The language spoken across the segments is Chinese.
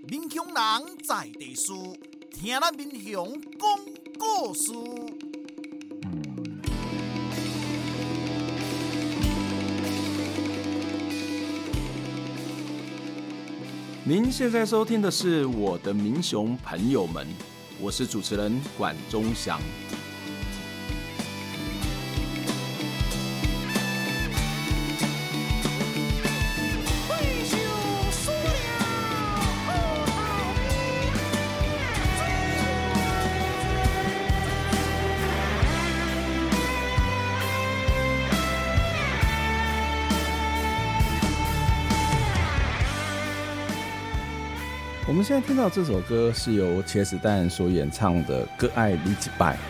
民雄人在地事，听咱民雄讲故事。 您现在收听的是《我的民雄朋友们》，我是主持人管中祥。我们现在听到这首歌是由茄子蛋所演唱的《搁爱你一摆》。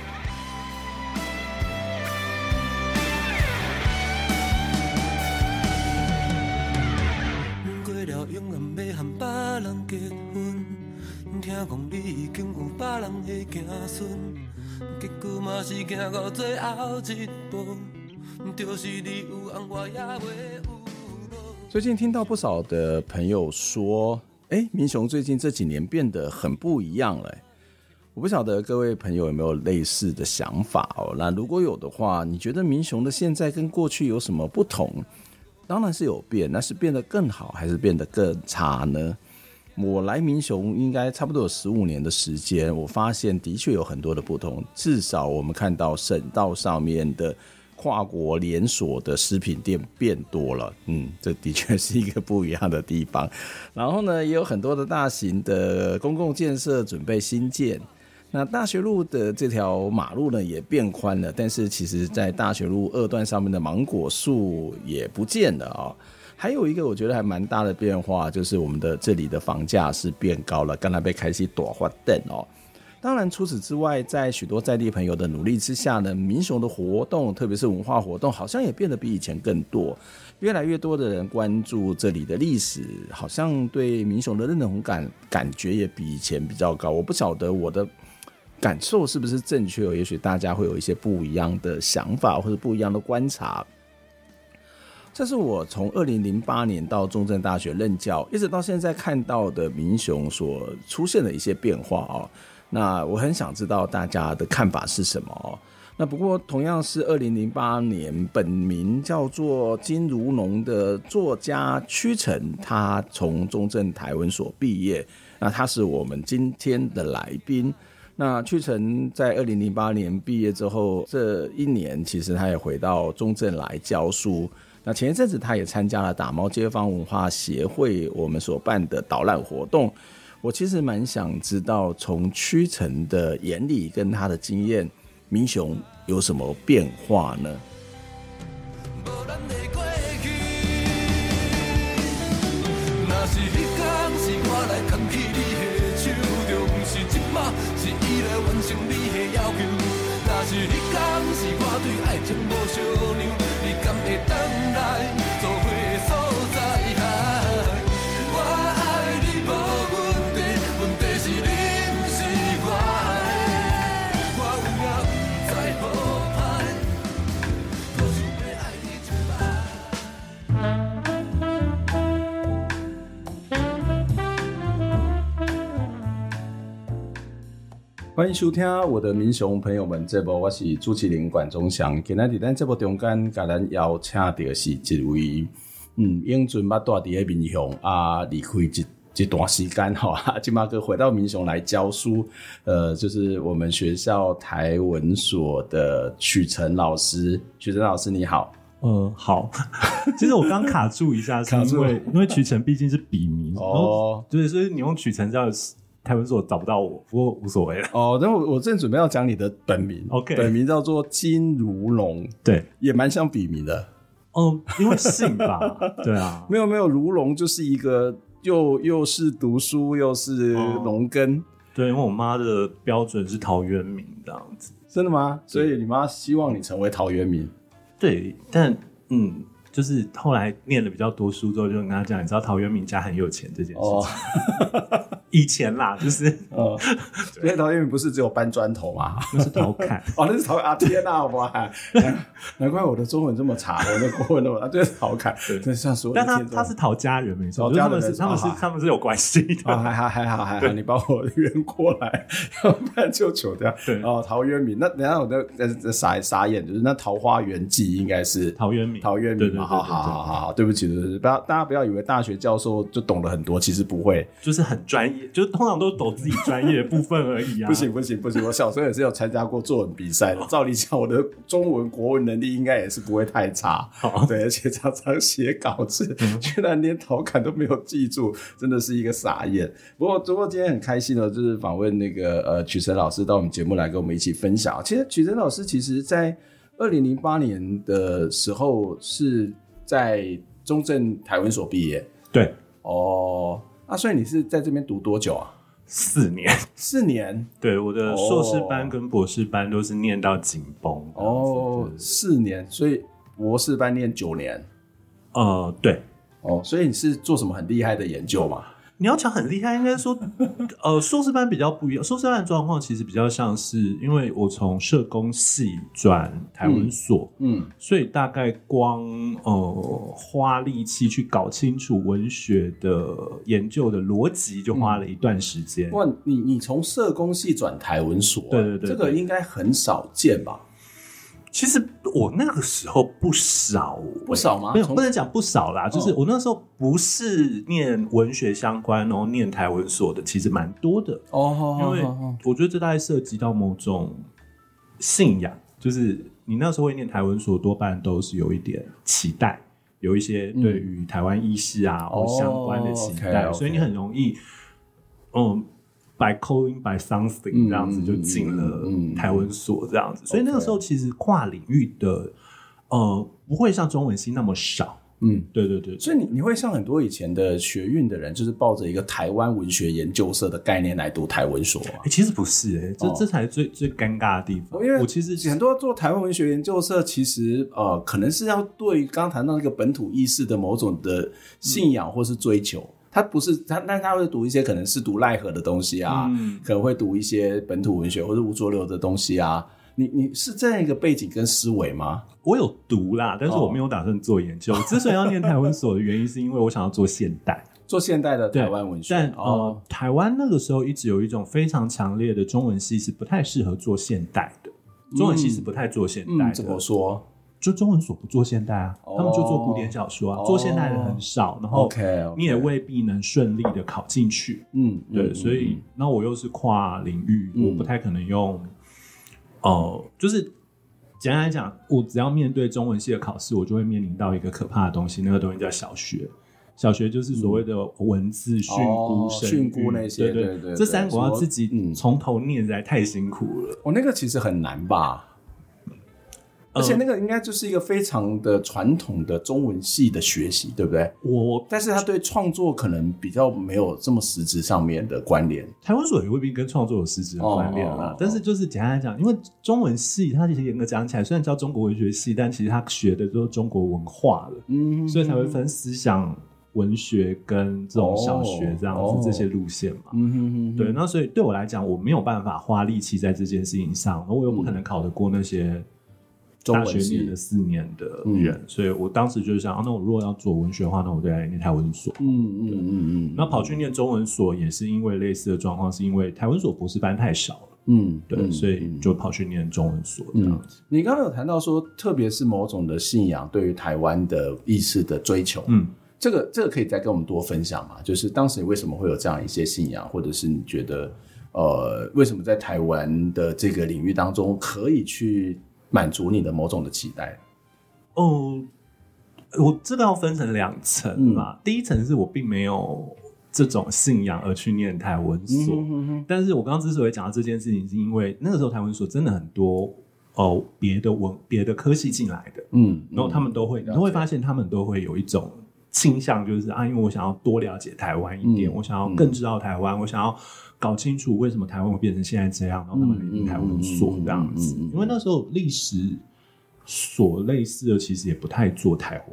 过了永远要和别人结婚，听讲你已经有别人的子孙，结果嘛是行到最后一步，就是你有红我也袂有。 最近听到不少的朋友说，民雄最近这几年变得很不一样了。我不晓得各位朋友有没有类似的想法哦？那如果有的话，你觉得民雄的现在跟过去有什么不同？当然是有变，那是变得更好还是变得更差呢？我来民雄应该差不多有15年的时间，我发现的确有很多的不同。至少我们看到省道上面的跨国连锁的食品店变多了，这的确是一个不一样的地方。然后呢，也有很多的大型的公共建设准备新建。那大学路的这条马路呢也变宽了，但是其实在大学路2段上面的芒果树也不见了哦。还有一个我觉得还蛮大的变化，就是我们的这里的房价是变高了，刚才被开始大发展哦。当然除此之外，在许多在地朋友的努力之下呢，民雄的活动特别是文化活动好像也变得比以前更多，越来越多的人关注这里的历史，好像对民雄的认同感觉也比以前比较高。我不晓得我的感受是不是正确，也许大家会有一些不一样的想法或者不一样的观察。这是我从2008年到中正大学任教一直到现在看到的民雄所出现的一些变化哦。那我很想知道大家的看法是什么哦。那不过同样是2008年，本名叫做金如农的作家屈臣，他从中正台文所毕业，那他是我们今天的来宾。那屈臣在2008年毕业之后，这一年其实他也回到中正来教书。那前一阵子他也参加了打猫街坊文化协会我们所办的导览活动。我其实蛮想知道，从屈臣的眼里跟他的经验，民雄有什么变化呢？欢迎收听我的民雄朋友们这部，我是主持人管中祥。今天在咱这部中间，给咱邀请到是一位永存捌住在民雄离开一段时间现在回到民雄来教书，就是我们学校台文所的曲晨老师。曲晨老师你好。 好。其实我刚卡住一下，是因为曲晨毕竟是笔名哦，对，所以你用曲晨这样台文所找不到我，不过无所谓了。 但我正准备要讲你的本名 ，OK， 本名叫做金如龙， 对， 也蛮像笔名的。 因为姓吧，对啊， 没有，如龙就是一个又是读书又是农耕， 对，因为我妈的标准是陶渊明这样子。 真的吗？所以你妈希望你成为陶渊明？ 对，但就是后来念了比较多书之后，就跟他讲，你知道陶渊明家很有钱这件事情。 以前啦，就是因为陶渊明不是只有搬砖头吗？ 那是陶侃哦，那是陶啊！天哪，哇，难怪我的中文这么差，我的国文那么这是陶侃，真像说。 但他是陶家人没错，他们是有关系的。 还好，你把我圆过来，要不然就糗掉。 对哦，陶渊明，那等一下我在傻眼，就是那《桃花源记》应该是陶渊明嘛？ 好，对不起，大家不要以为大学教授就懂了很多，其实不会， 就是很专业。就是通常都懂自己专业的部分而已啊。 不行，我小时候也是有参加过作文比赛的。照理讲，我的中文国文能力应该也是不会太差。对，而且常常写稿子，居然连陶侃都没有记住，真的是一个傻眼。不过今天很开心的，就是访问那个曲晨老师到我们节目来跟我们一起分享。其实曲晨老师在2008年的时候是在中正台文所毕业。 对， 哦。所以你是在这边读多久啊 ？4年。 4年？对， 我的硕士班跟博士班都是念到紧绷。 4年，所以博士班念9年。 对。 所以你是做什么很厉害的研究吗？ 你要讲很厉害，应该说，硕士班比较不一样。硕士班的状况其实比较像是，因为我从社工系转台文所，所以大概光花力气去搞清楚文学的研究的逻辑，就花了一段时间。 哇，你从社工系转台文所， 对， 这个应该很少见吧？ 其实我那个时候不少吗？ 没有，不能讲不少啦，就是我那时候不是念文学相关，然后念台文所的，其实蛮多的。因为我觉得这大概涉及到某种信仰，就是你那时候会念台文所，多半都是有一点期待，有一些对于台湾意识啊或相关的期待，所以你很容易by calling by something 这样子就进了台文所这样子，所以那个时候其实跨领域的不会像中文系那么少。对， 所以你会像很多以前的学运的人，就是抱着一个台湾文学研究社的概念来读台文所啊？ 其实不是这才是最尴尬的地方。 因为我其实很多做台湾文学研究社，其实可能是要对刚刚谈到那个本土意识的某种的信仰或是追求。他不是但他会读一些可能是读赖和的东西啊，可能会读一些本土文学或者吴浊流的东西啊。你是这样一个背景跟思维吗？ 我有读啦，但是我没有打算做研究。之所以要念台文所的原因，是因为我想要做现代的台湾文学。 但台湾那个时候一直有一种非常强烈的中文系是不太适合做现代的，中文系是不太做现代的。 怎么说？ 就中文所不做现代啊，他们就做古典小说啊，做现代的很少，然后你也未必能顺利的考进去。对，所以那我又是跨领域，我不太可能用就是简单来讲，我只要面对中文系的考试，我就会面临到一个可怕的东西，那个东西叫小学。小学就是所谓的文字训诂、 训诂那些，对， 这3个我要自己从头念，实在太辛苦了。 那个其实很难吧？而且那个应该就是一个非常的传统的中文系的学习，对不对？但是他对创作可能比较没有这么实质上面的关联。 台湾所也未必跟创作有实质的关联啦。但是就是简单来讲，因为中文系它其实严格讲起来，虽然叫中国文学系，但其实它学的都是中国文化了，所以才会分思想文学跟这种小学这样子这些路线嘛。对，那所以对我来讲，我没有办法花力气在这件事情上，我又不可能考得过那些大学念了4年的人，所以我当时就想那我如果要做文学的话，那我就来念台文所。那跑去念中文所也是因为类似的状况，是因为台文所博士班太少了。对，所以就跑去念中文所这样子。 你刚刚有谈到说，特别是某种的信仰对于台湾的意识的追求，这个可以再跟我们多分享吗？就是当时你为什么会有这样一些信仰，或者是你觉得为什么在台湾的这个领域当中可以去满足你的某种的期待？ 我这个要分成2层嘛。第一层是我并没有这种信仰而去念台文所，但是我刚刚之所以讲到这件事情，是因为那个时候台文所真的很多别的科系进来的，然后他们都会，你都会发现他们都会有一种倾向，就是因为我想要多了解台湾一点，我想要更知道台湾，我想要搞清楚为什么台湾会变成现在这样，然后他们来念台文所这样子。因为那时候历史所类似的其实也不太做台湾。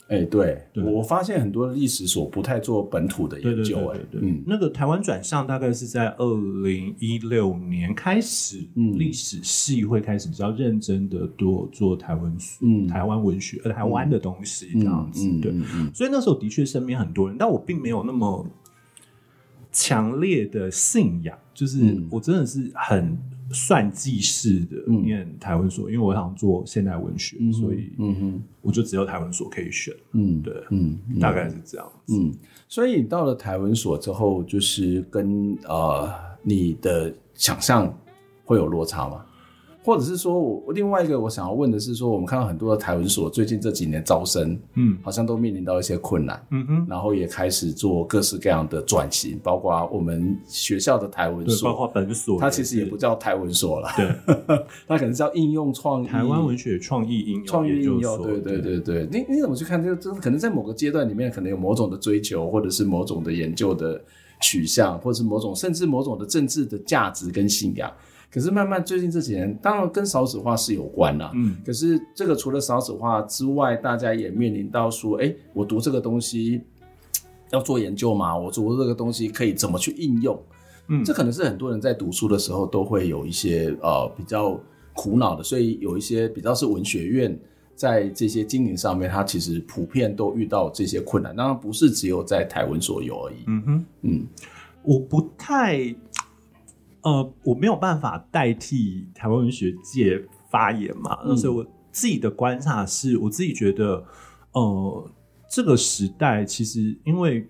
对，我发现很多历史所不太做本土的研究， 对，那个台湾转向大概是在2016年开始，历史系会开始比较认真的做台湾文学，台湾的东西这样子，对，所以那时候的确身边很多人，但我并没有那么强烈的信仰，就是我真的是很算计式的念台文所，因为我想做现代文学，所以我就只有台文所可以选，对，大概是这样子。 所以你到了台文所之后，就是跟你的想象会有落差吗？或者是说另外一个我想要问的是说，我们看到很多的台文所最近这几年招生，好像都面临到一些困难，然后也开始做各式各样的转型，包括我们学校的台文所， 包括本所， 它其实也不叫台文所了， 对， 它可能叫应用创意， 台湾文学创意应用研究所， 对，你怎么去看这个？可能在某个阶段里面，可能有某种的追求，或者是某种的研究的取向，或者是甚至某种的政治的价值跟信仰。可是慢慢最近这几年，当然跟少子化是有关啦，可是这个除了少子化之外，大家也面临到说，我读这个东西要做研究嘛，我读这个东西可以怎么去应用？这可能是很多人在读书的时候都会有一些比较苦恼的，所以有一些比较是文学院在这些经营上面，它其实普遍都遇到这些困难，当然不是只有在台文所有而已。 我不太。我没有办法代替台湾文学界发言嘛，所以我自己的观察是，我自己觉得，这个时代其实因为，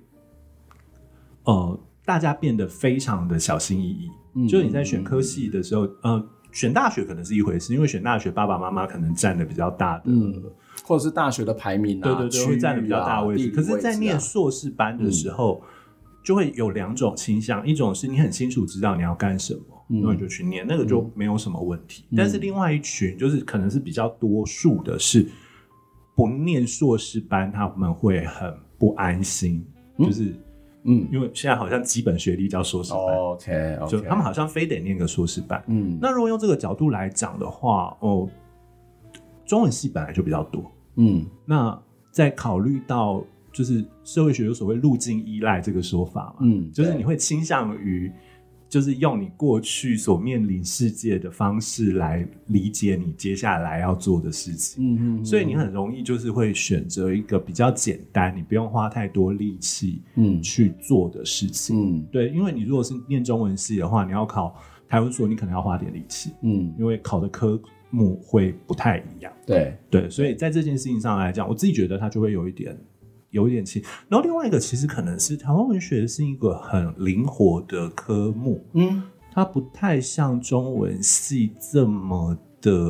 大家变得非常的小心翼翼，就是你在选科系的时候，选大学可能是一回事，因为选大学爸爸妈妈可能占的比较大的， 或者是大学的排名啊， 对，会占的比较大的位置。可是，在念硕士班的时候。就会有两种倾向，一种是你很清楚知道你要干什么，那你就去念，那个就没有什么问题。但是另外一群就是可能是比较多数的是不念硕士班，他们会很不安心，就是因为现在好像基本学历叫硕士班 ，OK， 就他们好像非得念个硕士班。那如果用这个角度来讲的话，中文系本来就比较多，那再考虑到。就是社会学有所谓路径依赖这个说法嘛，就是你会倾向于就是用你过去所面临世界的方式来理解你接下来要做的事情，所以你很容易就是会选择一个比较简单，你不用花太多力气去做的事情，对，因为你如果是念中文系的话，你要考台文所，你可能要花点力气，因为考的科目会不太一样，对，所以在这件事情上来讲，我自己觉得它就会有一点轻，然后另外一个其实可能是台湾文学是一个很灵活的科目，它不太像中文系这么的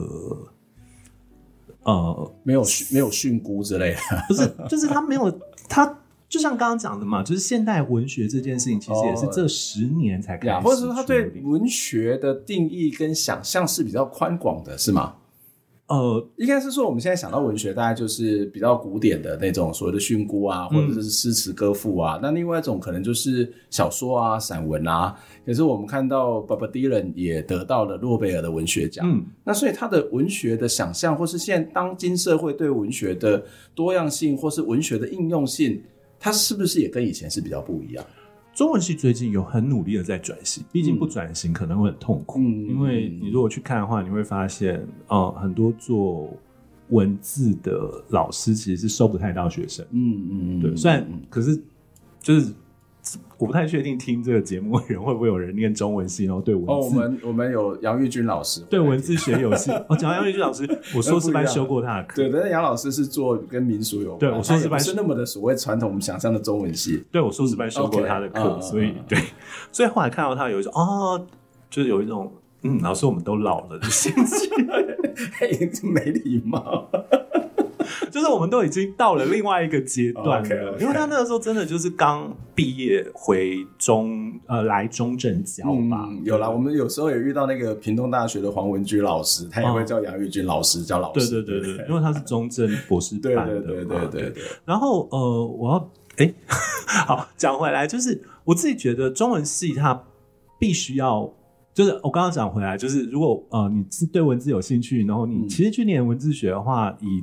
没有训诂之类的， 不是，就是它没有它就像刚刚讲的嘛，就是现代文学这件事情其实也是这10年才开始， 或者说它对文学的定义跟想象是比较宽广的，是吗？应该是说我们现在想到文学大概就是比较古典的那种所谓的训诂啊，或者是诗词歌赋啊，那另外一种可能就是小说啊散文啊，可是我们看到 Bob Dylan 也得到了诺贝尔的文学奖，那所以他的文学的想象或是现在当今社会对文学的多样性或是文学的应用性，它是不是也跟以前是比较不一样？ 中文系最近有很努力的在转型，毕竟不转型可能会很痛苦，因为你如果去看的话，你会发现很多做文字的老师其实是收不太到学生，对，虽然可是就是我不太确定听这个节目的人会不会有人念中文系，然后对文字我们有杨玉君老师对文字学有兴趣。讲杨玉君老师，我硕士班修过他的课， 对，但是杨老师是做跟民俗有关， 对，我硕士班不是那么的所谓传统我们想象的中文系， 对，我硕士班修过他的课，所以对，所以后来看到他有一种就是有一种老师我们都老了的心情， 没礼貌。 就是我们都已经到了另外一个阶段了，因为他那个时候真的就是刚毕业回来中正教吧， 有啦，我们有时候也遇到那个屏东大学的黄文居老师，他也会叫杨玉君老师叫老师， 对，因为他是中正博士班的， 对。 然后我要好讲回来，就是我自己觉得中文系它必须要。就是我刚刚讲回来，就是如果你是对文字有兴趣，然后你其实去念文字学的话，以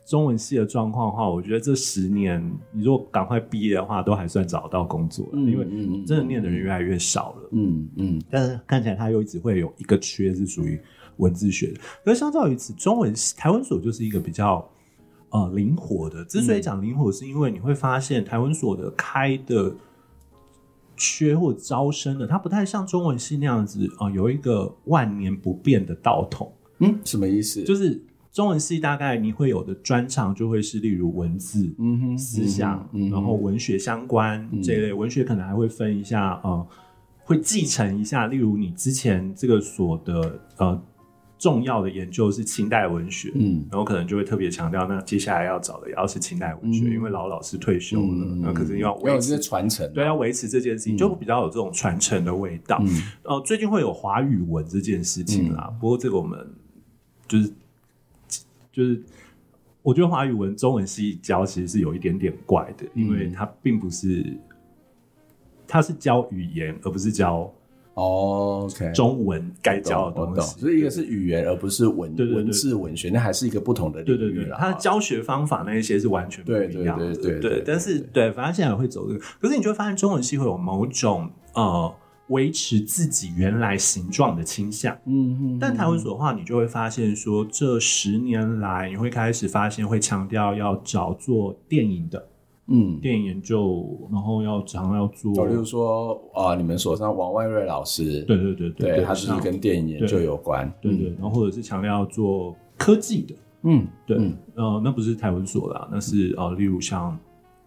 中文系的状况的话，我觉得这10年，你如果赶快毕业的话，都还算找得到工作了，因为真的念的人越来越少了。但是看起来它又一直会有一个缺是属于文字学的。可是相较于此，中文系台文所就是一个比较灵活的。之所以讲灵活，是因为你会发现台文所的开的缺或招生的，它不太像中文系那样子有一个万年不变的道统。 什么意思？ 就是中文系大概你会有的专长就会是例如文字、思想，然后文学相关这一类。文学可能还会分一下会继承一下，例如你之前这个所的重要的研究是清代文学，然后可能就会特别强调，那接下来要找的也要是清代文学，因为老师退休了，那可是要维持传承， 对，要维持这件事情，就比较有这种传承的味道。最近会有华语文这件事情啦，不过这个我们就是我觉得华语文中文系教其实是有一点点怪的，因为它并不是，它是教语言而不是教中文该教的东西， 所以一个是语言而不是文字文学，那还是一个不同的领域啦。 它的教学方法那一些是完全不一样的，对，但是对，反正现在会走这个，可是你就会发现中文系会有某种维持自己原来形状的倾向，但台文所的话，你就会发现说，这10年来，你会开始发现会强调要找做电影的，电影研究，然后常要做， 例如说你们所上王万瑞老师， 对， 他是跟电影研究有关， 对，然后或者是强调要做科技的，对，那不是台文所啦，那是例如像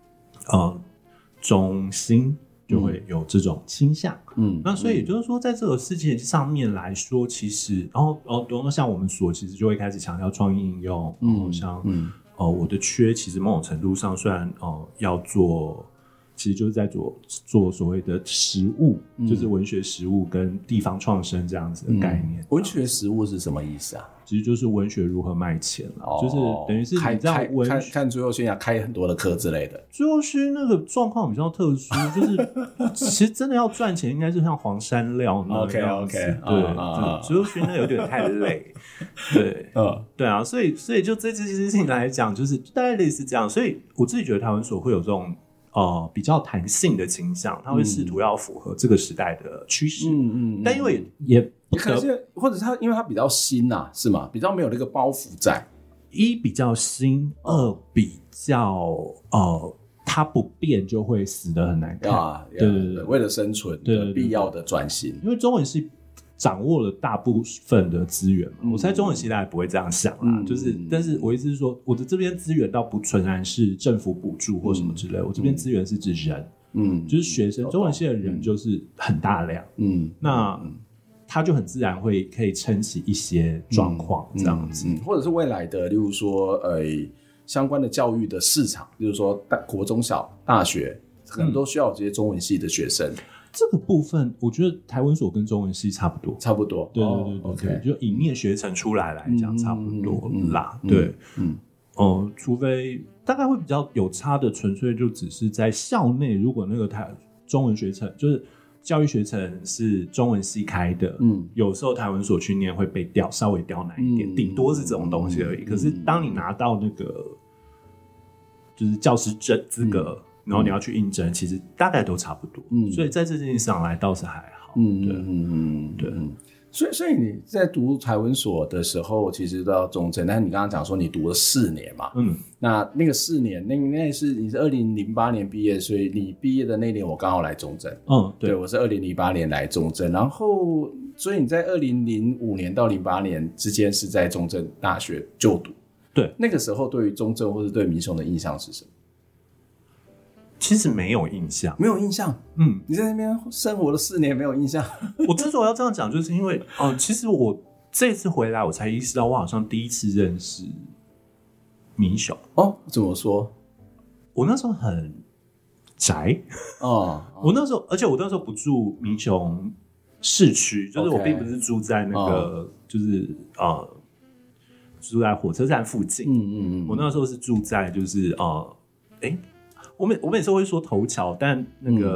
中兴。就会有这种倾向，那所以也就是说，在这个事情上面来说，其实，然后像我们所其实就会开始强调创意应用，像我的缺其实某种程度上虽然要做，其实就是在做所谓的实务，就是文学实务跟地方创生这样子的概念。 文学实务是什么意思啊？ 其实就是文学如何卖钱啦，就是等于是你这样看朱佑勋要开很多的课之类的。 朱佑勋那个状况比较特殊，就是其实真的要赚钱，应该是像黄山料那个样子。对，朱佑勋那有点太累。对，对啊，所以就这件事情来讲，就是大概类似这样。所以我自己觉得台文所会有这种比较弹性的倾向，他会试图要符合这个时代的趋势。但因为也可是，或者他因为他比较新啊，是吗？比较没有那个包袱在。 一比较新，二比较它不变就会死得很难看。对， 为了生存的必要的转型。 因为中文系掌握了大部分的资源嘛，我猜中文系大家不会这样想啦，但是我意思是说，我的这边资源倒不纯然是政府补助或什么之类，我这边资源是指人，就是学生，中文系的人就是很大量，那他就很自然可以撑起一些状况这样子， 或者是未来的，例如说相关的教育的市场，例如说国中小、大学，可能都需要有这些中文系的学生。 这个部分，我觉得台文所跟中文系差不多，对，就以念学程出来讲差不多啦，对，除非大概会比较有差的，纯粹就只是在校内，如果那个中文学程就是教育学程是中文系开的，有时候台文所去念会被稍微刁难一点，顶多是这种东西而已。可是当你拿到那个就是教师证资格，然后你要去应征，其实大概都差不多，所以在这件事上来倒是还好，对。 所以你在读台文所的时候，其实都要中正，但是你刚刚讲说你读了4年嘛，那个4年，你是2008年毕业，所以你毕业的那年我刚好来中正，对，我是2008年来中正，然后所以你在2005年到08年之间是在中正大学就读， 对， 那个时候对于中正或是对民雄的印象是什么？ 其实没有印象， 你在那边生活了4年没有印象。 我之所以要这样讲，就是因为其实我这次回来，我才意识到我好像第一次认识民雄。 怎么说？ 我那时候很宅我那时候，而且我那时候不住民雄市区，就是我并不是住在那个，就是住在火车站附近。我那时候是住在就是我每次会说头桥，但那个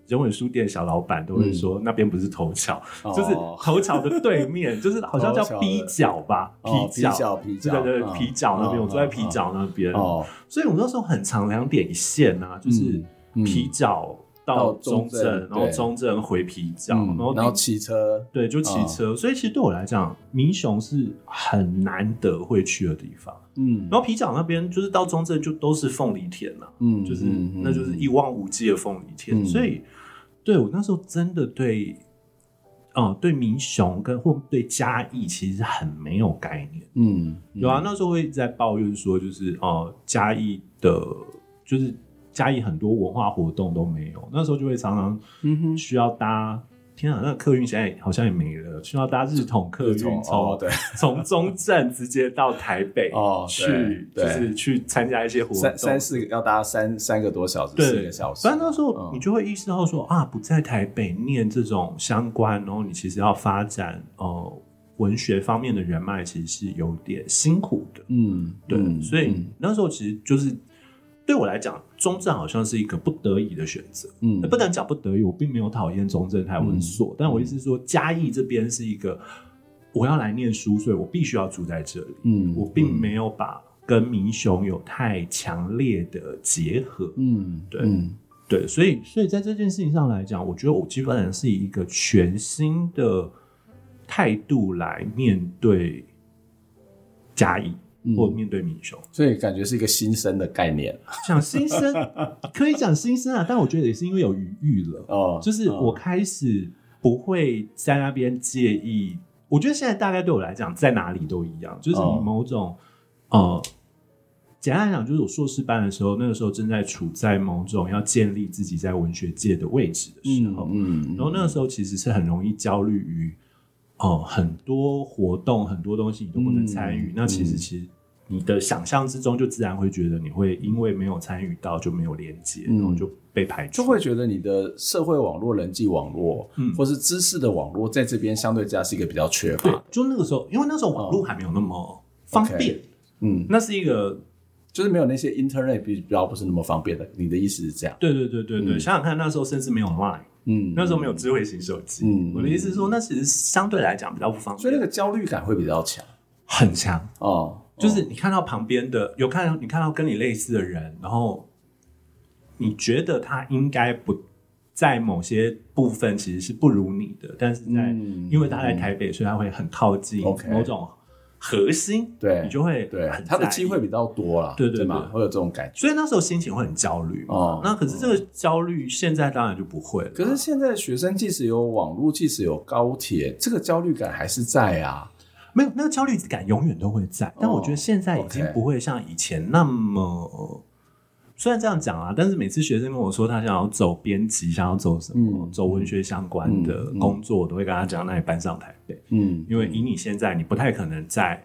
人文书店小老板都会说那边不是头桥，就是头桥的对面，就是好像叫逼角吧，皮角，对，皮角那边，我住在皮角那边，所以我那时候很长2点一线啊，就是皮角到中正，然后中正回皮角，然后骑车， 对，就骑车。所以其实对我来讲，民雄是很难得会去的地方。然后皮角那边就是到中正就都是凤梨田了，就是那就是一望无际的凤梨田。所以对我那时候真的对民雄或对嘉义其实很没有概念。有啊，那时候会一直在抱怨说，就是嘉义的，就是嘉义很多文化活动都没有，那时候就会常常需要搭。天啊，那个客运现在好像也没了，需要搭日统客运从中正直接到台北去，就是去参加一些活动， 要搭三个多小时，4个小时。 反正那时候你就会意识到说不在台北念这种相关，然后你其实要发展文学方面的人脉，其实是有点辛苦的。对，所以那时候其实就是对我来讲，中正好像是一个不得已的选择。不能讲不得已，我并没有讨厌中正台文所，但我意思是说，嘉义这边是一个我要来念书，所以我必须要住在这里。我并没有把跟民雄有太强烈的结合。对，所以在这件事情上来讲，我觉得我基本上是以一个全新的态度来面对嘉义。或面对民雄， 所以感觉是一个新生的概念。 讲新生可以讲新生啊，但我觉得也是因为有余裕了。就是我开始不会在那边介意。我觉得现在大概对我来讲，在哪里都一样，就是你某种简单来讲，就是我硕士班的时候，那个时候正在处在某种要建立自己在文学界的位置的时候，然后那个时候其实是很容易焦虑于很多活动、很多东西你都不能参与，那其实你的想象之中就自然会觉得你会因为没有参与到就没有连接，然后就被排除， 就会觉得你的社会网络、人际网络，或是知识的网络在这边相对之下是一个比较缺乏。 对，就那个时候，因为那时候网络还没有那么方便，那是一个就是没有那些 internet 比较不是那么方便的。你的意思是这样？ 对，想想看，那时候甚至没有 Line。那时候没有智慧型手机。我的意思是说，那其实相对来讲比较不方便， 所以那个焦虑感会比较强， 很强就是你看到旁边的你看到跟你类似的人，然后你觉得他应该不在某些部分其实是不如你的，但是因为他在台北，所以他会很靠近某种核心， 对， 你就会他的机会比较多啦， 对嘛，会有这种感觉。 所以那时候心情会很焦虑那可是这个焦虑现在当然就不会了。 可是现在学生即使有网络，即使有高铁，这个焦虑感还是在啊。 没有，那个焦虑感永远都会在，但我觉得现在已经不会像以前那么虽然这样讲但是每次学生跟我说他想要走编辑，想要走什么走文学相关的工作，我都会跟他讲那你搬上台北。因为以你现在你不太可能在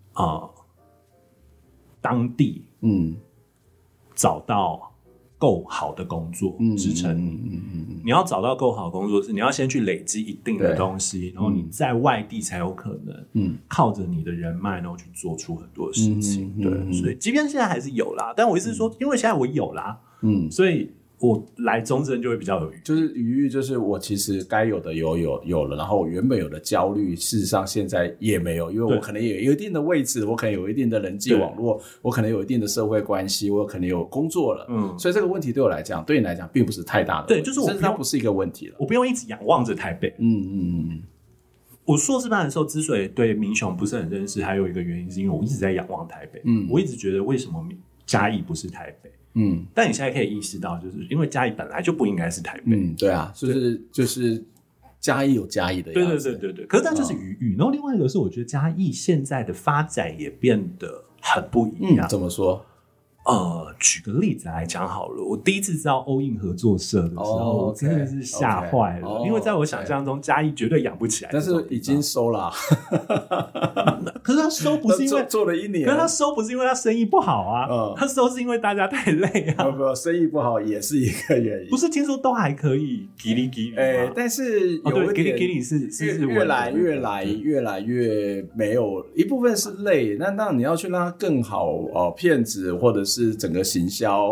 当地找到够好的工作支撑你。你要找到够好的工作是你要先去累积一定的东西，然后你在外地才有可能靠着你的人脉然后去做出很多事情。对，所以即便现在还是有啦，但我意思是说因为现在我有啦，所以我来中正就会比较有余裕， 就是余裕，就是我其实该有的有了，然后我原本有的焦虑，事实上现在也没有，因为我可能也有一定的位置，我可能有一定的人际网络，我可能有一定的社会关系，我可能有工作了，所以这个问题对我来讲，对你来讲并不是太大的问题， 对，就是甚至它不是一个问题了， 我不用一直仰望着台北。我硕士班的时候之所以对民雄不是很认识，还有一个原因是因为我一直在仰望台北，我一直觉得为什么嘉义不是台北。但你现在可以意识到，就是因为嘉义本来就不应该是台北。 对啊，就是嘉义有嘉义的样子。 对。可是那就是余裕。然后另外一个是，我觉得嘉义现在的发展也变得很不一样。 怎么说？ 举个例子来讲好了，我第一次知道欧印合作社的时候，我真的是吓坏了，因为在我想象中嘉义绝对养不起来， 但是已经收了可是他收不是因为做了1年， 可是他收不是因为他生意不好啊，他收是因为大家太累啊。 不，生意不好也是一个原因。 不是听说都还可以给力但是有一点给力是越来越没有，一部分是累，那你要去让它更好骗子或者是整个行销，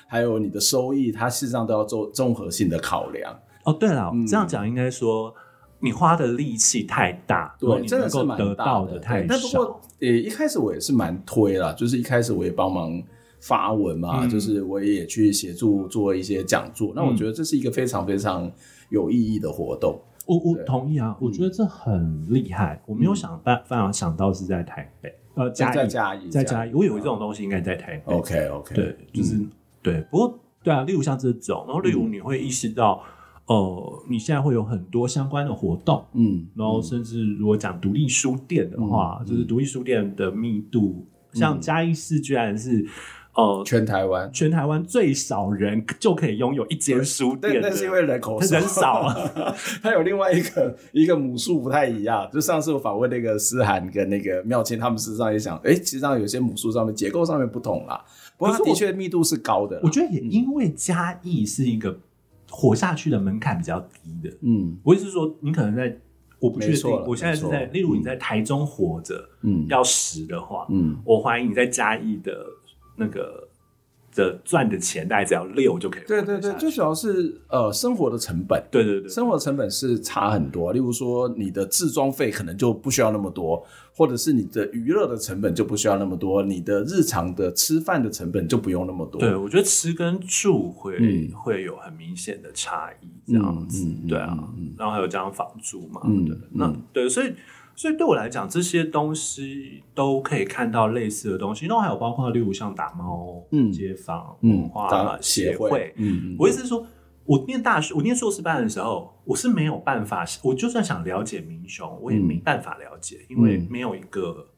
还有你的收益，它事实上都要做综合性的考量。 哦，对了，这样讲应该说你花的力气太大， 对， 你能够得到的太少。 但不过一开始我也是蛮推啦，就是一开始我也帮忙发文嘛，就是我也去协助做一些讲座。那我觉得这是一个非常非常有意义的活动。 我同意啊，我觉得这很厉害。我没有反而想到是在台北， 在嘉义，我以为这种东西应该在台北。 OK， 对，就是对。不过对啊，例如像这种，然后例如你会意识到，你现在会有很多相关的活动，然后甚至如果讲独立书店的话，就是独立书店的密度，像嘉义市居然是。 全台湾最少人就可以拥有一间书店， 那是因为人口少， 人少它有另外一个母数不太一样。就上次我访问那个思涵跟那个妙清，他们事实上也想，其实上有些母数上面结构上面不同啦。不过它的确密度是高的。 我觉得也因为嘉义是一个活下去的门槛比较低的。我意思是说，你可能在。我不确定，我现在是在，例如你在台中活着，要10的话，我怀疑你在嘉义的那个的赚的钱大概只要6就可以。 对，最主要是生活的成本。 对， 生活的成本是差很多。例如说，你的置装费可能就不需要那么多，或者是你的娱乐的成本就不需要那么多，你的日常的吃饭的成本就不用那么多。 对，我觉得吃跟住会有很明显的差异，这样子。对啊，然后还有加上房租嘛。对，所以对我来讲，这些东西都可以看到类似的东西。然后还有包括例如像打猫街坊文化协会。我意思是说，我念大学，我念硕士班的时候，我是没有办法，我就算想了解民雄，我也没办法了解，因为没有一个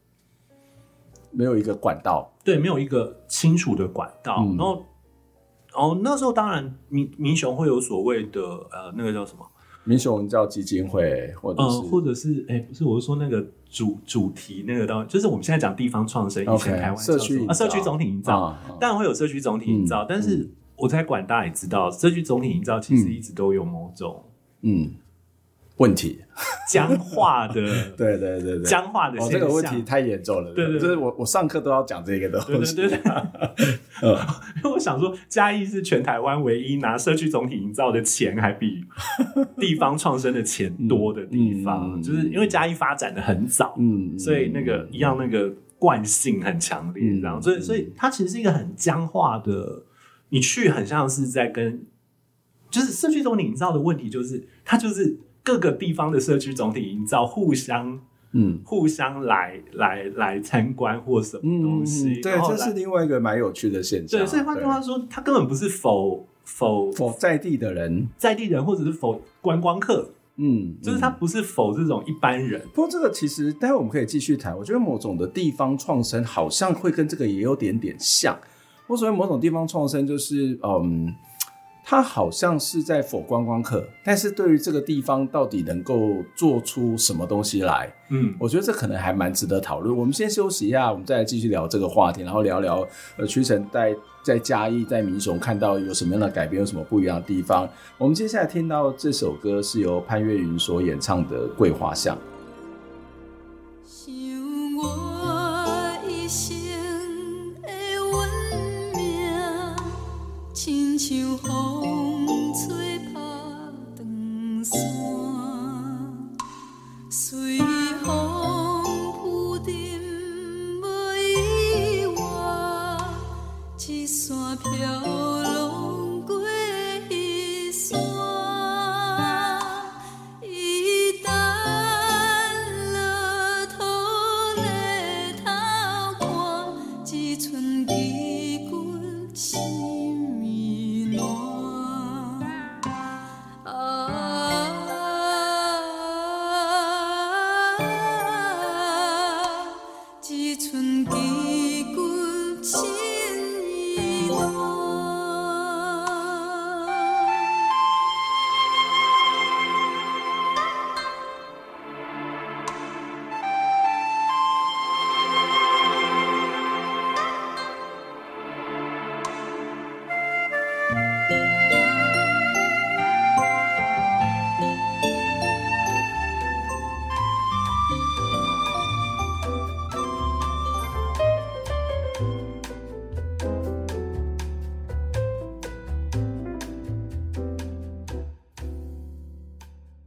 管道， 对，没有一个清楚的管道。然后那时候当然民雄会有所谓的那个叫什么？ 民雄文教基金会，或者是不是，我是说那个主题那个就是我们现在讲地方创生，以前台湾社区总体营造，当然会有社区总体营造，但是我在管大也知道，社区总体营造其实一直都有某种问题， 僵化的， 对， 僵化的现象。 这个问题太严重了，对，就是我上课都要讲这个东西，对。 因为我想说，嘉义是全台湾唯一拿社区总体营造的钱还比地方创生的钱多的地方，就是因为嘉义发展的很早，所以那个一样那个惯性很强烈，这样，所以它其实是一个很僵化的，你去很像是在跟，就是社区总体营造的问题，就是它就是各个地方的社区总体营造互相来参观或什么东西， 对，这是另外一个蛮有趣的现象。 对，所以换句话说，它根本不是否在地人， 或者是否观光客，就是它不是否这种一般人。 不过这个其实待会我们可以继续谈。我觉得某种的地方创生好像会跟这个也有点像。我所谓某种地方创生，就是它好像是在否观光客，但是对于这个地方到底能够做出什么东西来，我觉得这可能还蛮值得讨论。我们先休息一下，我们再来继续聊这个话题，然后聊聊屈臣在嘉义在民雄看到有什么样的改变，有什么不一样的地方。我们接下来听到这首歌是由潘越云所演唱的《桂花巷》。 亲像风吹拍长山，随风浮沉无意外，一线飘浪过彼山，伊等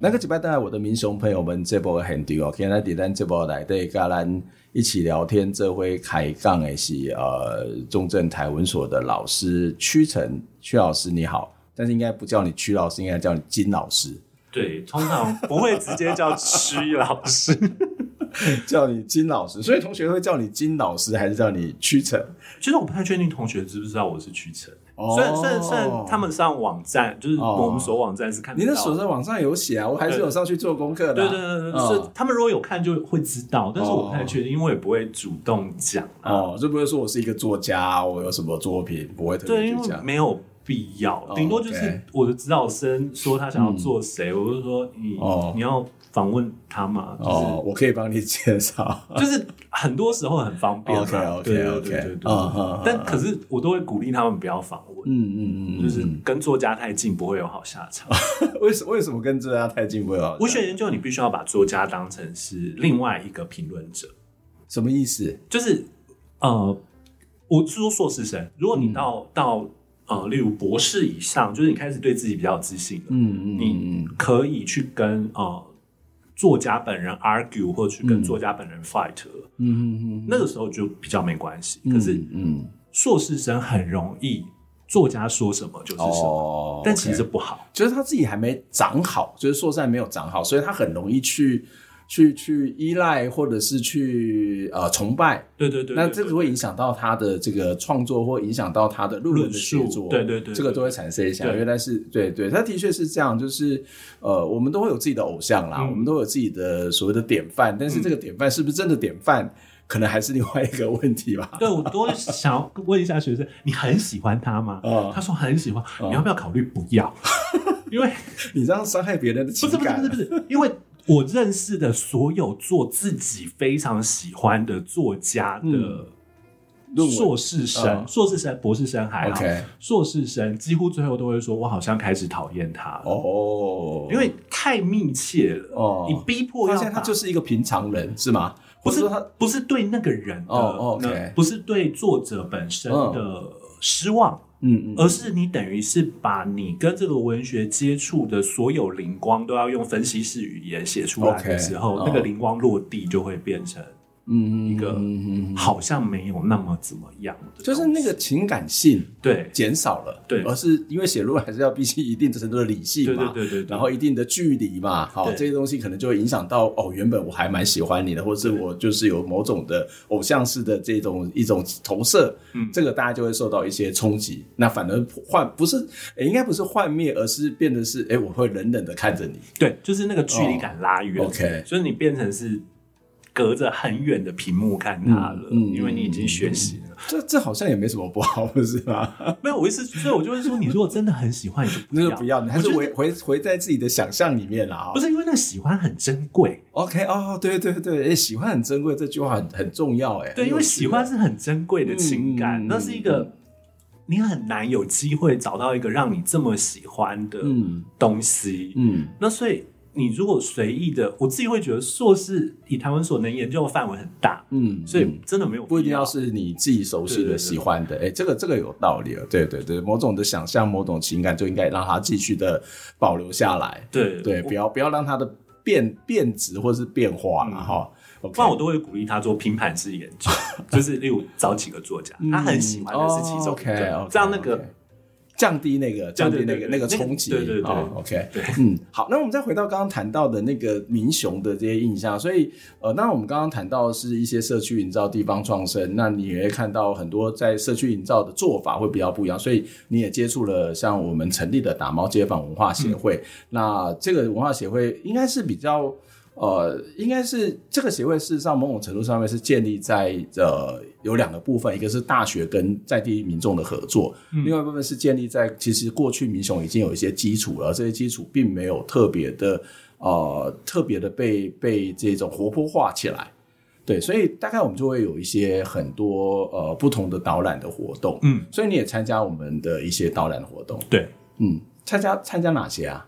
那个礼拜带来我的民雄朋友们这波很丢哦，今天在咱这波来对跟咱一起聊天，这回开讲的是中正台文所的老师屈臣屈老师你好，但是应该不叫你屈老师，应该叫你金老师。 对，通常不会直接叫屈老师， 叫你金老师，所以同学会叫你金老师还是叫你屈臣？ 其实我不太确定同学知不知道我是屈臣。虽然他们上网站，就是我们所网站是看得到的。 你的所在网上有写啊，我还是有上去做功课的。 对，所以他们如果有看就会知道，但是我不太确定，因为我也不会主动讲就不会说我是一个作家，我有什么作品，不会特别去讲。 对，因为没有必要，顶多就是我的指导生说他想要做谁，我就说你要访问他嘛，就是我可以帮你介绍， 就是很多时候很方便。 OK， 对，但可是我都会鼓励他们不要访问，就是跟作家太近不会有好下场。 为什么跟作家太近不会有好下场？ 文学研究你必须要把作家当成是另外一个评论者， 什么意思？ 就是我是说硕士生，如果你到例如博士以上，就是你开始对自己比较有自信了，你可以去跟作家本人 argue 或者去跟作家本人 fight 了，那个时候就比较没关系。可是硕士生很容易作家说什么就是什么，但其实不好， 就是他自己还没长好，就是硕士还没有长好，所以他很容易去依赖或者是去崇拜， 对， 那这个会影响到他的这个创作，或影响到他的论文的写作， 对， 这个都会产生影响。原来是对，他的确是这样，就是我们都会有自己的偶像啦，我们都有自己的所谓的典范，但是这个典范是不是真的典范，可能还是另外一个问题吧。 对，我都会想要问一下学生，你很喜欢他吗？他说很喜欢，你要不要考虑不要？因为你这样伤害别人的情感。 不是，因为我认识的所有做自己非常喜欢的作家的硕士生、博士生还好，硕士生几乎最后都会说，我好像开始讨厌他了，因为太密切了，你逼迫要发现他就是一个平常人，是吗？ 不是对那个人的，不是对作者本身的失望。而是你等于是把你跟这个文学接触的所有灵光都要用分析式语言写出来的时候，那个灵光落地就会变成一个好像没有那么怎么样的， 就是那个情感性对减少了， 对， 而是因为写论文还是要必须一定程度的理性嘛， 对， 然后一定的距离嘛，好，这些东西可能就会影响到原本我还蛮喜欢你的，或是我就是有某种的偶像式的这种一种投射，这个大家就会受到一些冲击，那反而不是应该不是幻灭，而是变得是我会冷冷的看着你， 对，就是那个距离感拉远 ，OK， 所以你变成是隔着很远的屏幕看他了，因为你已经学习了。 这好像也没什么不好，不是吗？ 没有，我意思，所以我就会说，你如果真的很喜欢， 你就不要，你还是回在自己的想象里面啦。 不是因为那个喜欢很珍贵。 OK， 对，喜欢很珍贵，这句话很重要， 对，因为喜欢是很珍贵的情感，那是一个你很难有机会找到一个让你这么喜欢的东西，那所以。你如果随意的，我自己会觉得硕士以台湾所能研究的范围很大，所以真的没有不一定要是你自己熟悉的、喜欢的，这个有道理了，对，某种的想象、某种情感就应该让它继续的保留下来，对，不要让它的变质或是变化了哈。 不然我都会鼓励他做拼盘式研究，就是例如找几个作家，他很喜欢的是其中一个，这样那个。 降低那个冲击， 对 ，OK， 好，那我们再回到刚刚谈到的那个民雄的这些印象，所以当然我们刚刚谈到的是一些社区营造、地方创生，那你也会看到很多在社区营造的做法会比较不一样，所以你也接触了像我们成立的打猫街坊文化协会，那这个文化协会应该是比较。应该是这个协会事实上某种程度上面是建立在有两个部分，一个是大学跟在地民众的合作，另外一部分是建立在其实过去民雄已经有一些基础了，这些基础并没有特别的被这种活泼化起来，对，所以大概我们就会有一些很多不同的导览的活动，所以你也参加我们的一些导览活动， 对， 参加哪些啊？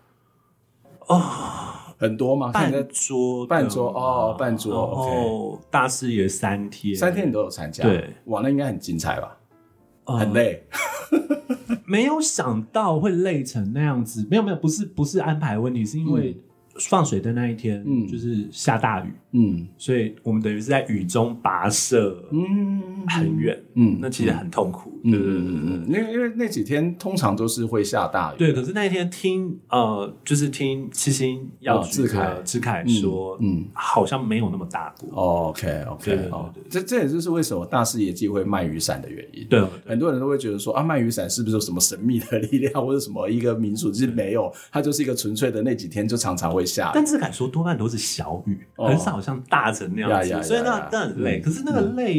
很多吗？ 半桌半桌 OK， 大视野3天你都有参加， 对， 哇，那应该很精彩吧？很累， 没有想到会累成那样子，没有，不是安排问题，是因为放水灯那一天，就是下大雨，所以我们等于是在雨中跋涉，很远，那其实很痛苦，对， 因为那几天通常都是会下大雨， 对。可是那一天就是听七星药局的志凯说，好像没有那么大过。 OK， 对， 这也就是为什么大视野季会卖雨伞的原因。 对， 很多人都会觉得说卖雨伞是不是有什么神秘的力量，或者什么一个民俗？其实没有，它就是一个纯粹的那几天就常常会下雨。 但志凯说多半都是小雨，很少像大成那样子，所以那很累。可是那个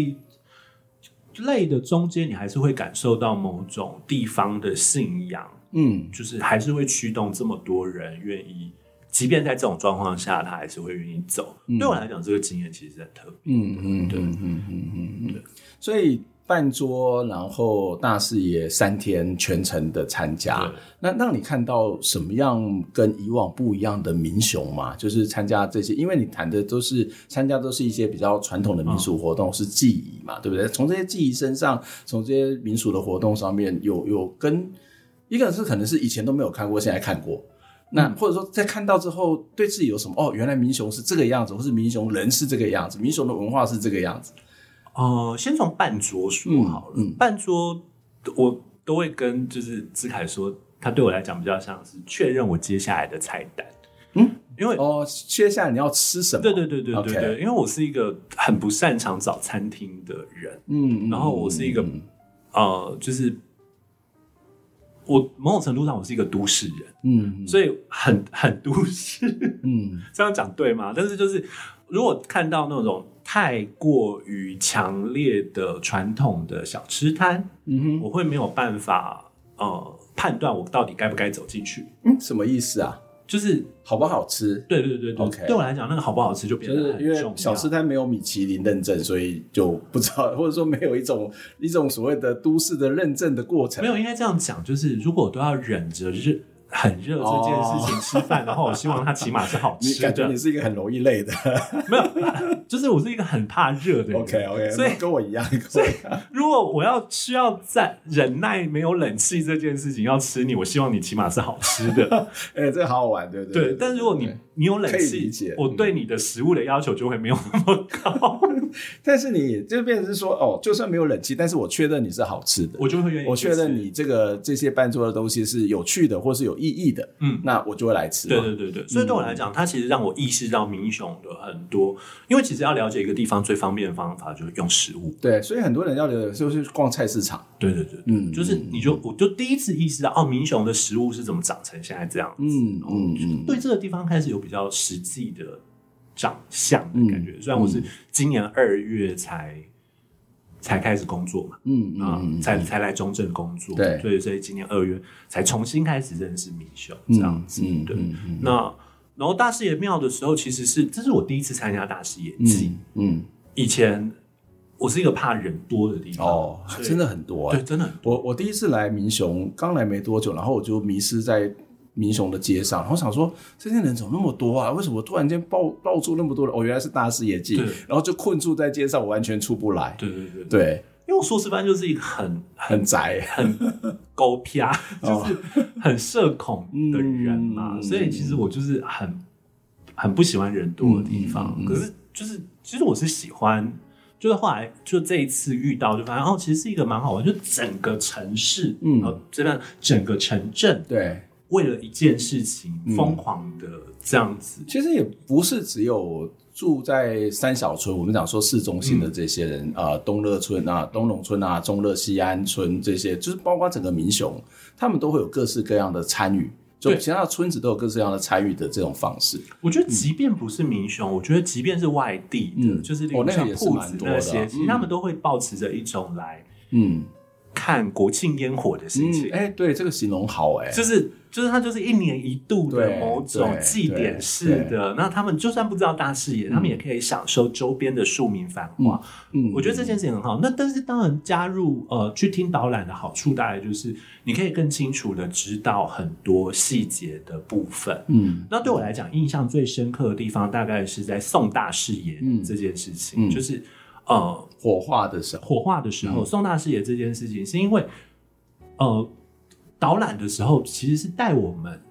累的中间，你还是会感受到某种地方的信仰，就是还是会驱动这么多人愿意，即便在这种状况下，他还是会愿意走。对我来讲，这个经验其实很特别。对。 所以办桌，然后大视野3天全程的参加，那让你看到什么样跟以往不一样的民雄嘛？就是参加这些，因为你谈的参加都是一些比较传统的民俗活动，是祭仪嘛，对不对？从这些祭仪身上，从这些民俗的活动上面，有跟一个是可能是以前都没有看过，现在看过。那或者说在看到之后，对自己有什么原来民雄是这个样子，或是民雄人是这个样子，民雄的文化是这个样子。 先从办桌说好了。办桌我都会跟就是志凯说，他对我来讲比较像是确认我接下来的菜单。因为接下来你要吃什么？ 对，因为我是一个很不擅长找餐厅的人。然后我是一个就是我某种程度上我是一个都市人，所以很都市。这样讲对吗？但是就是如果看到那种太过于强烈的传统的小吃摊，我会没有办法判断我到底该不该走进去。 什么意思啊？ 就是好不好吃？ 对，okay. 对我来讲，那个好不好吃就变得很重要。 就是因为小吃摊没有米其林认证，所以就不知道，或者说没有一种所谓的都市的认证的过程。 没有，应该这样讲，就是如果我都要忍着很热这件事情吃饭，然后我希望它起码是好吃的。 你感觉你是一个很容易累的， 没有，就是我是一个很怕热的人。 OK， 所以跟我一样。 所以如果我需要在忍耐没有冷气这件事情要吃你，我希望你起码是好吃的。 这个好好玩，对不对？ 对，但是如果你有冷气，我对你的食物的要求就会没有那么高。 但是你就变成是说，就算没有冷气，但是我确认你是好吃的， 我就会愿意。 我确认你这些办桌的东西是有趣的，或是有意义的，那我就会来吃。 对，所以对我来讲，它其实让我意识到民雄的很多，因为其实要了解一个地方最方便的方法就是用食物。 对，所以很多人要的就是逛菜市场。 对，就是我就第一次意识到民雄的食物是怎么长成现在这样子。对这个地方开始有比较实际的长相的感觉。虽然我是今年2月才开始工作嘛，才来中正工作，对，所以今年2月才重新开始认识民雄这样子。对，然后大视野庙的时候，其实这是我第一次参加大视野祭。以前我是一个怕人多的地方， 真的很多， 对，真的很多。 我第一次来民雄，刚来没多久，然后我就迷失在民雄的街上，然后想说这些人怎么那么多啊？为什么突然间爆出那么多人？原来是大视野祭，然后就困住在街上，我完全出不来。对， 因为我硕士班就是一个很宅、很狗撇，就是很社恐的人嘛，所以其实我就是很不喜欢人多的地方。可是就是其实我是喜欢。就是后来就这一次遇到，就发现其实是一个蛮好玩，就整个城市，这边整个城镇， 对， 为了一件事情疯狂的这样子。 其实也不是只有住在三小村，我们讲说市中心的这些人，东乐村啊、东龙村啊、中乐西安村这些，就是包括整个民雄，他们都会有各式各样的参与。就其他的村子都有各式各样的参与的这种方式。 我觉得即便不是民雄，我觉得即便是外地的，就是例如像铺子那些，其实他们都会抱持着一种来看国庆烟火的心情。 对，这个形容好就是它就是1年1度的某种祭典式的。那他们就算不知道大视野，他们也可以享受周边的庶民繁华。我觉得这件事情很好。那但是当然加入去听导览的好处，大概就是你可以更清楚的知道很多细节的部分。那对我来讲，印象最深刻的地方，大概是在送大视野这件事情，就是火化的时候， 送大视野这件事情，是因为导览的时候其实是带我们